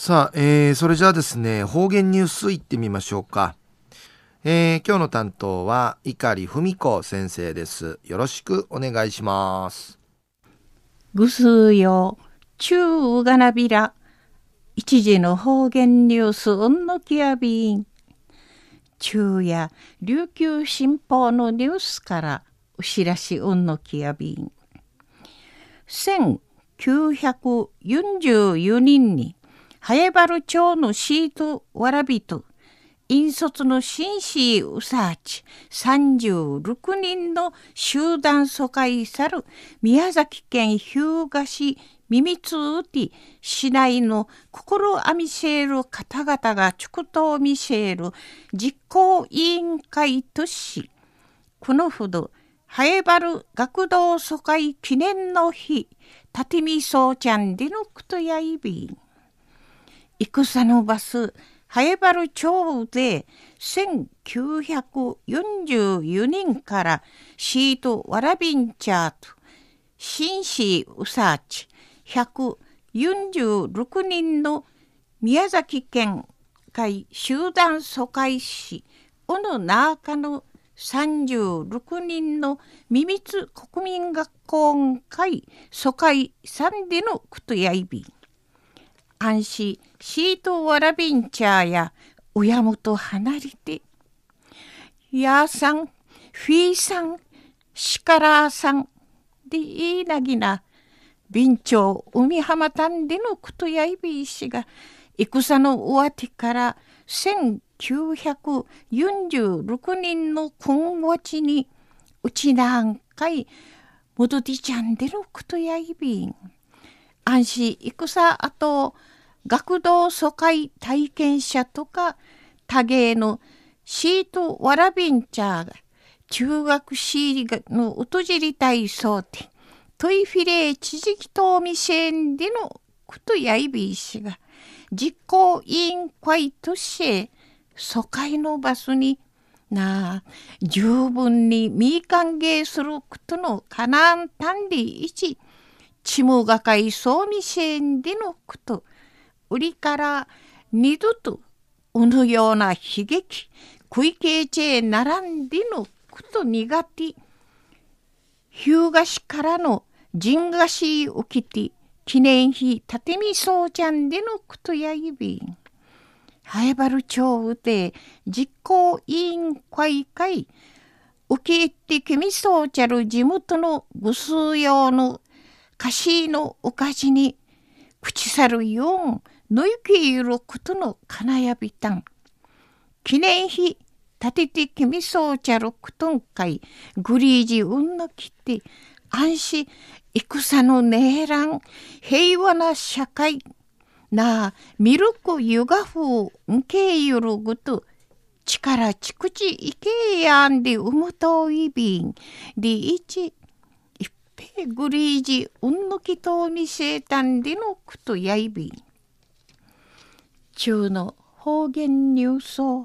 さあ、それじゃあですね、方言ニュースいってみましょうか。今日の担当は碇文子先生です。よろしくお願いします。 ぐすよ、ちゅうがなびら、一時の方言ニュースうんのきやびん。昼夜、琉球新報のニュースからお知らしうんのきやびん。1944年に、早原町のシートわらびと、引率の紳士うさち36人の集団疎開さる宮崎県日向市耳津うて市内の心あみせる方々が祝祷を見せる実行委員会とし、このほど早原学童疎開記念の日たてみそうちゃんでのくとやいびん戦のバス早原町で1944年からシートわらびんちゃーと紳士うさち146人の宮崎県会集団疎開しおの中の36人の秘密国民学校会疎開さんでのことやいびん安心シートわらびんちゃーや親元離れてやーさんフィーさんシカラーさんでいいなぎな備長海浜丹でのことやいびいしが戦の終わってから1946人の今後にうちなんかい戻ってちゃんでのことやいびん安心戦あと学童疎開体験者とか多芸のシートわらびんちゃーが中学シーのうとじり体操でトイフィレ地域島未成年でのことやいびいしが実行委員会として疎開の場所に十分に見歓迎することのかなんたんでいちちむがかいそう未成年でのこと売りから二度とうぬような悲劇食いけいちへ並んでのこと苦手日向市からの陣河市をきて記念碑たてみそうちゃんでのことやいびん早原町で実行委員会会受け入ってきみそうちゃる地元のぐすう用の菓子のおかじに口さるようのゆきゆることのかなやびたん記念碑立ててきみそうちゃることんかいグリージうんのきて安心戦のねえらん平和な社会ミルクゆがふうんけゆるぐと力ちくちいけやんでうむといびんでいち一平グリージうんのきとみせたんでのことやいびん中の方言ニュースを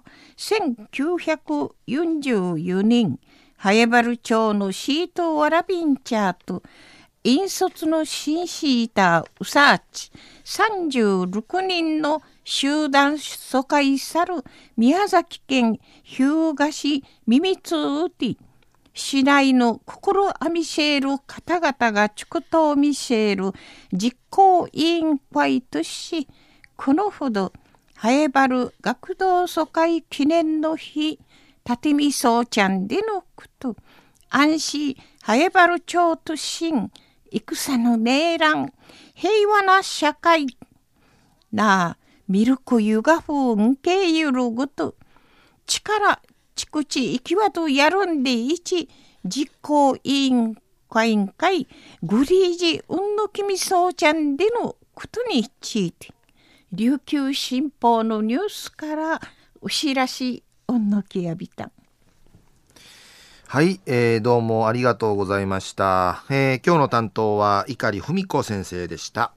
1944年早原町のシートわらびんちゃーと引率の紳士いたうさあち36人の集団疎開さる宮崎県日向市耳津うて市内の心あみせる方々が祝祷を見せる実行委員会としこのほど早原学童疎開記念の日たてみそうちゃんでのこと安心早原町と新戦のねえらん平和な社会ミルクゆがふうんけゆるぐと力ちくちいきわとやるんでいち実行委員会グリージうんのきみそうちゃんでのことについて琉球新報のニュースからお知らしうんのきやびたはい、どうもありがとうございました。今日の担当は碇文子先生でした。